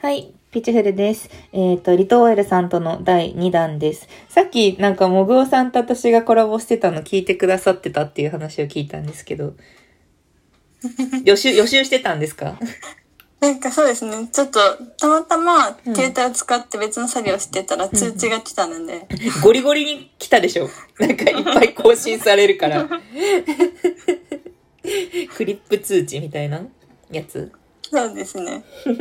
はい、ピチフルです。リトーエルさんとの第2弾です。さっきなんかモグオさんと私がコラボしてたの聞いてくださってたっていう話を聞いたんですけど、予習してたんですか？ なんかそうですね。ちょっとたまたま携帯を使って別の作業してたら通知が来たので、 ゴリゴリに来たでしょ。なんかいっぱい更新されるから。クリップ通知みたいなやつ。 そうですね。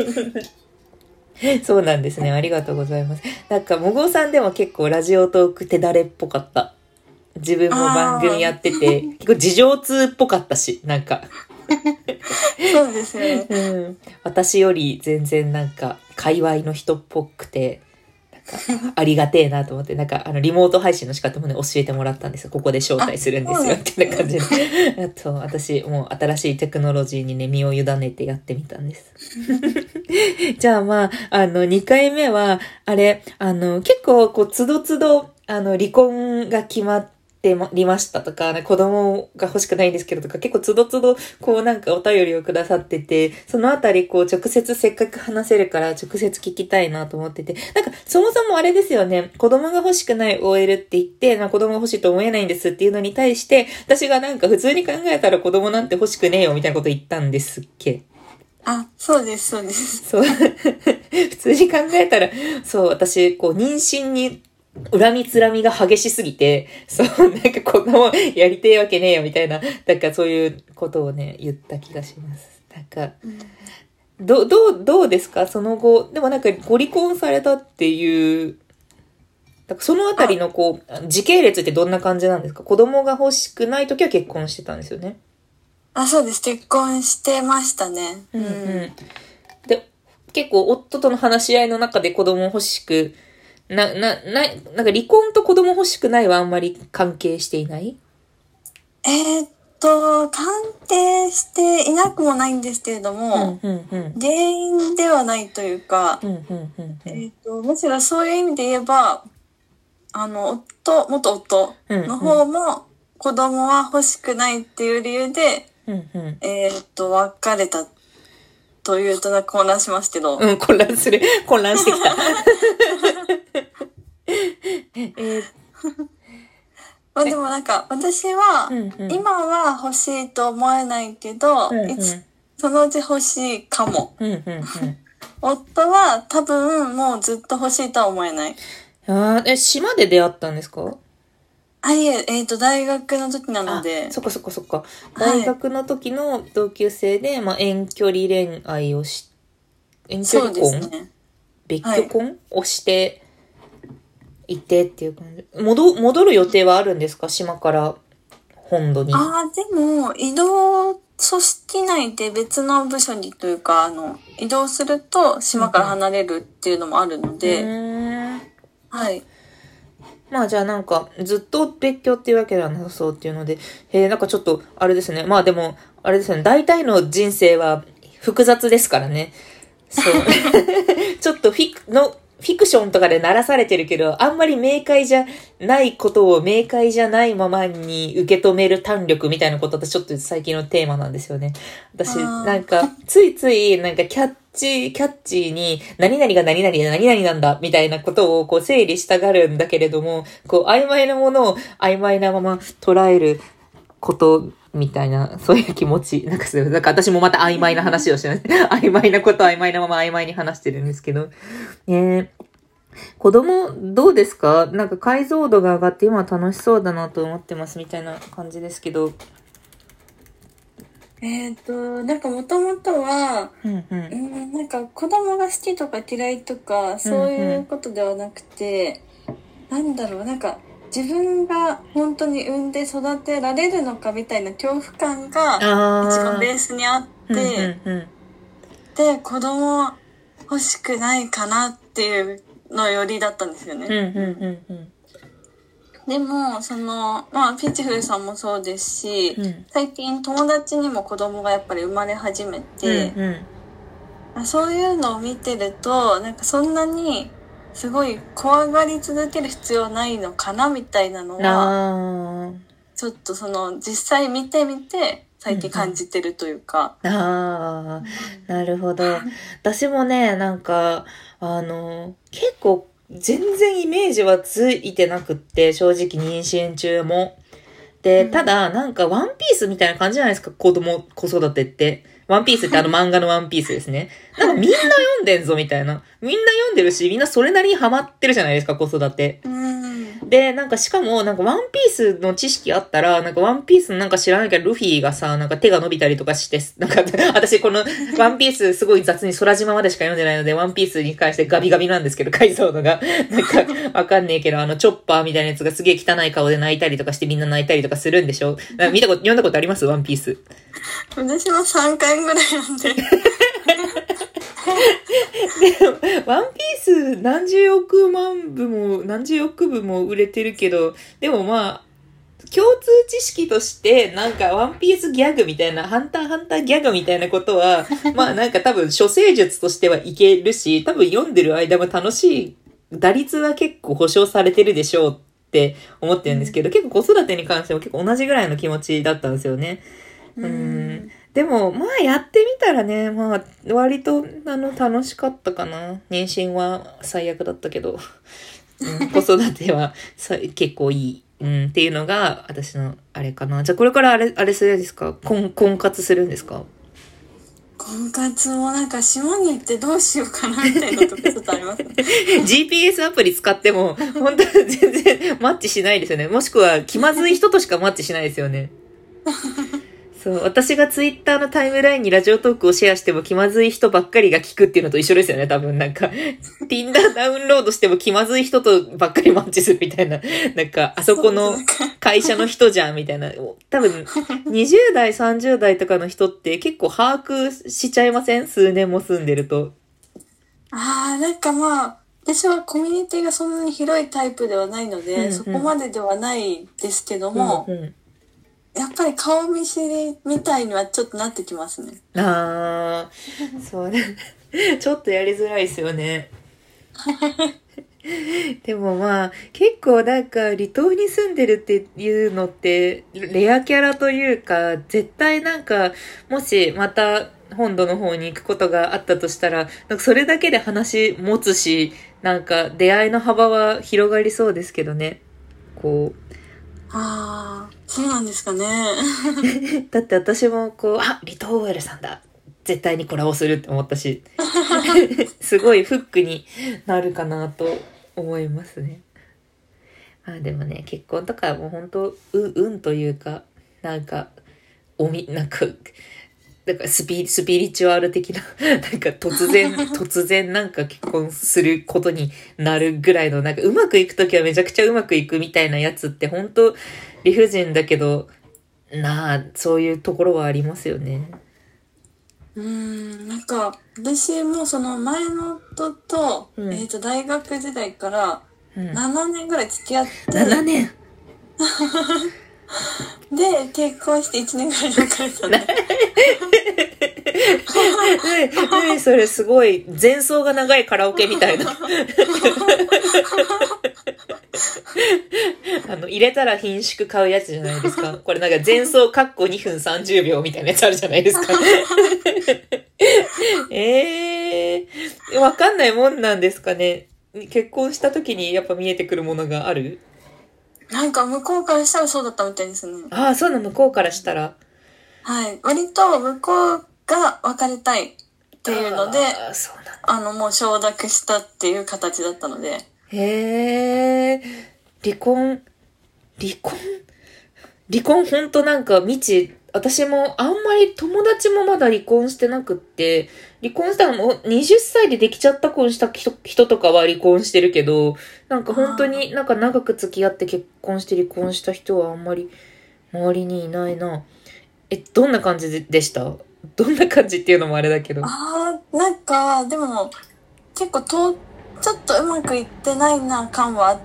そうなんですね。ありがとうございます。なんか、もごうさんでも結構ラジオトーク手だれっぽかった。自分も番組やってて、結構事情通っぽかったし、なんか。 そうですよね。 うん。私より全然なんか、界隈の人っぽくて、なんか、ありがてえなと思って、なんか、リモート配信の仕方もね、教えてもらったんですよ。ここで招待するんですよ。ってな感じで。あと、私、もう新しいテクノロジーにね、身を委ねてやってみたんです。じゃあまあ、2回目は、あれ、結構、こう、つどつど、離婚が決まってりましたとか、子供が欲しくないんですけどとか、結構つどつど、こうなんかお便りをくださってて、そのあたりこう直接せっかく話せるから直接聞きたいなと思ってて、なんかそもそもあれですよね、子供が欲しくない OL って言って、子供が欲しいと思えないんですっていうのに対して、私がなんか普通に考えたら子供なんて欲しくねえよみたいなこと言ったんですっけ？ あ、そうです、そうです。 そう。普通に考えたら、そう、私、こう、妊娠に、恨みつらみが激しすぎて、そう、なんかこんなもんやりてえわけねえよみたいな、なんかそういうことをね、言った気がします。なんか、どうですかその後、でもなんかご離婚されたっていう、なんかそのあたりのこう、時系列ってどんな感じなんですか？子供が欲しくないときは結婚してたんですよね。 あ、そうです。結婚してましたね。 うんうん。で、結構夫との話し合いの中で子供欲しく、なんか離婚と子供欲しくないはあんまり関係していない？ 関係していなくもないんですけれども、原因ではないというか、むしろそういう意味で言えば、元夫の方も子供は欲しくないっていう理由で、別れたというと混乱しますけど。 混乱してきた。 まあでもなんか私は、今は欲しいと思えないけど、そのうち欲しいかも。夫は多分もうずっと欲しいとは思えない。 島で出会ったんですか？ いえ、大学の時なので。 そっか。大学の時の同級生で、遠距離恋愛を遠距離婚、そうですね、別居婚、をしていてっていう感じ。戻る予定はあるんですか？島から本土に。 でも、移動組織内で別の部署にというか、移動すると島から離れるっていうのもあるので、はい。 じゃあなんか、ずっと別居っていうわけではなさそうっていうので、なんかちょっと、あれですね。でも、あれですよね。大体の人生は複雑ですからね。そう。ちょっとフィクションとかで鳴らされてるけど、あんまり明快じゃないことを明快じゃないままに受け止める胆力みたいなことってちょっと最近のテーマなんですよね。私、なんか、ついつい、なんかキャッチーに、何々が何々で何々なんだ、みたいなことをこう整理したがるんだけれども、こう曖昧なものを曖昧なまま捉えることみたいな、そういう気持ち。なんか私もまた曖昧な話をしてない。曖昧なことを曖昧なまま曖昧に話してるんですけど。子供、どうですか？なんか解像度が上がって今は楽しそうだなと思ってますみたいな感じですけど。 なんかもともとは、なんか子供が好きとか嫌いとか、そういうことではなくて、なんだろう、なんか、自分が本当に産んで育てられるのかみたいな恐怖感が一番ベースにあって、で、子供欲しくないかなっていうのよりだったんですよね。でも、ピーチフルさんもそうですし、最近友達にも子供がやっぱり生まれ始めて、そういうのを見てると、なんかそんなにすごい怖がり続ける必要ないのかなみたいなのは、ちょっと実際見てみて、 最近感じてるというか。 ああ、なるほど。私もね、なんか、結構、全然イメージはついてなくって、正直妊娠中も。で、ただ、なんかワンピースみたいな感じじゃないですか、子育てって。ワンピースって漫画のワンピースですね。なんかみんな読んでんぞみたいな。みんな読んでるし、みんなそれなりにハマってるじゃないですか、子育て。で、なんかしかも、なんかワンピースの知識あったら、なんかワンピースなんか知らないけど、ルフィがさ、なんか手が伸びたりとかして、なんか、私このワンピースすごい雑に空島までしか読んでないので、ワンピースに関してガビガビなんですけど、解像度が。なんか、わかんねえけど、チョッパーみたいなやつがすげえ汚い顔で泣いたりとかしてみんな泣いたりとかするんでしょ？読んだことありますワンピース。 私も3回ぐらい読んで。 でも、ワンピース何十億部も売れてるけど、でもまあ、共通知識として、なんかワンピースギャグみたいな、ハンターハンターギャグみたいなことは、まあなんか多分処世術としてはいけるし、多分読んでる間も楽しい、打率は結構保証されてるでしょうって思ってるんですけど、結構子育てに関しても結構同じぐらいの気持ちだったんですよね。でも、まあやってみたらね、まあ割と楽しかったかな。妊娠は最悪だったけど、子育ては結構いい、っていうのが私のあれかな。じゃあこれからあれするんですか？婚活するんですか？ 婚活もなんか島に行ってどうしようかなみたいなとこちょっとありますね。 GPS アプリ使っても本当に全然マッチしないですよね。もしくは気まずい人としかマッチしないですよね。そう、私がツイッターのタイムラインにラジオトークをシェアしても気まずい人ばっかりが聞くっていうのと一緒ですよね、多分なんか。Tinder ダウンロードしても気まずい人とばっかりマッチするみたいな。なんか、あそこの会社の人じゃんみたいな。多分、20代、30代とかの人って結構把握しちゃいません？数年も住んでると。 なんかまあ、私はコミュニティがそんなに広いタイプではないので、そこまでではないですけども、やっぱり顔見知りみたいにはちょっとなってきますね。 そうね。ちょっとやりづらいですよね。でもまあ、結構なんか離島に住んでるっていうのってレアキャラというか、絶対なんか、もしまた本土の方に行くことがあったとしたら、なんかそれだけで話持つし、なんか出会いの幅は広がりそうですけどね。こう。 そうなんですかね。 だって私も離島 OL さんだ。絶対にコラボするって思ったし、すごいフックになるかなと思いますね。まあでもね、結婚とかもう本当運というか、なんか、なんかスピリチュアル的な、なんか突然なんか結婚することになるぐらいの、なんかうまくいくときはめちゃくちゃうまくいくみたいなやつって本当理不尽だけど、そういうところはありますよね。 なんか、私もその前の夫と、大学時代から7年ぐらい付き合って、 7年で、結婚して1年ぐらいで別れたんで。 何それすごい前奏が長いカラオケみたいな。入れたら品種買うやつじゃないですか。これなんか前奏カッコ2分30秒みたいなやつあるじゃないですか。わかんないもんなんですかね。結婚した時にやっぱ見えてくるものがある？ なんか向こうからしたらそうだったみたいですね。 そうなの、向こうからしたら。 はい。割と向こうが別れたいっていうので、もう承諾したっていう形だったので。 離婚ほんとなんか私もあんまり友達もまだ離婚してなくって、離婚したのも20歳でできちゃった婚した人とかは離婚してるけど、なんか本当になんか長く付き合って結婚して離婚した人はあんまり周りにいないな。どんな感じでした？どんな感じっていうのもあれだけど。 なんか、でも結構ちょっとうまくいってないな感はあって、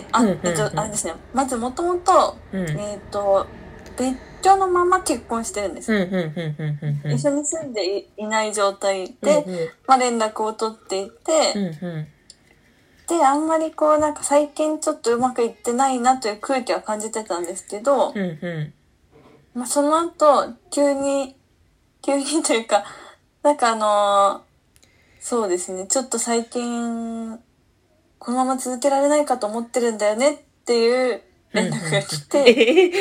あれですね。まずもともと、別居のまま結婚してるんです。一緒に住んでいない状態で、連絡を取っていて、で、あんまりなんか最近ちょっとうまくいってないなという空気は感じてたんですけど、 まあ、その後、急にというか、なんかそうですね、ちょっと最近、このまま続けられないかと思ってるんだよねっていう連絡が来て、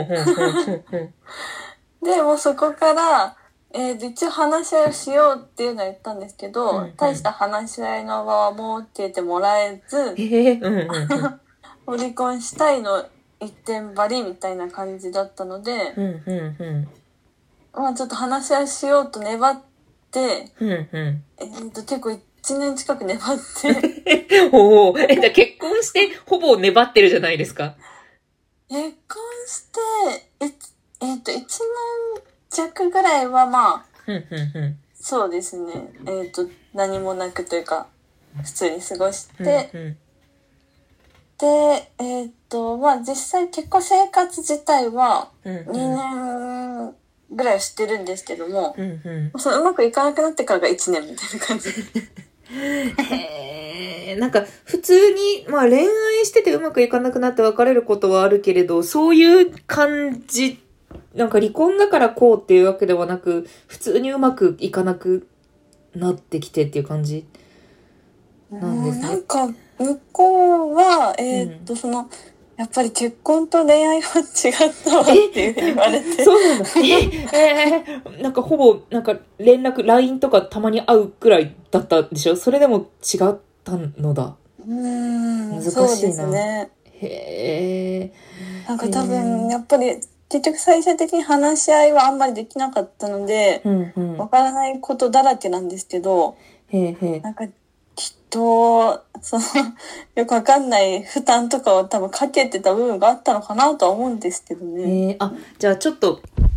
で、もうそこから、一応話し合いをしようっていうのは言ったんですけど、大した話し合いの場は設けてもらえず、もう離婚したいの一点張りみたいな感じだったので、まあちょっと話し合いしようと粘って、結構1年近く粘って。 じゃあ結婚してほぼ粘ってるじゃないですか。 結婚して、1年弱ぐらいはまあ、そうですね。何もなくというか、普通に過ごして、で、まあ実際結婚生活自体は2年ぐらいはしてるんですけども、そのうまくいかなくなってからが1年みたいな感じ。 なんか普通に、まあ恋愛しててうまくいかなくなって別れることはあるけれど、そういう感じ、なんか離婚だからこうっていうわけではなく、普通にうまくいかなくなってきてっていう感じなんですね。 なんか向こうは、やっぱり結婚と恋愛は違ったわっていうふうに言われて。 そうなんだ。なんかほぼ、なんか連絡、LINE とかたまに会うくらいだったでしょ？それでも違ったのだ。難しいな。 そうですね。 へー。 なんか多分、やっぱり、結局最終的に話し合いはあんまりできなかったので、わからないことだらけなんですけど、なんかきっと、よくわかんない負担とかを多分かけてた部分があったのかなとは思うんですけどね。 じゃあちょっと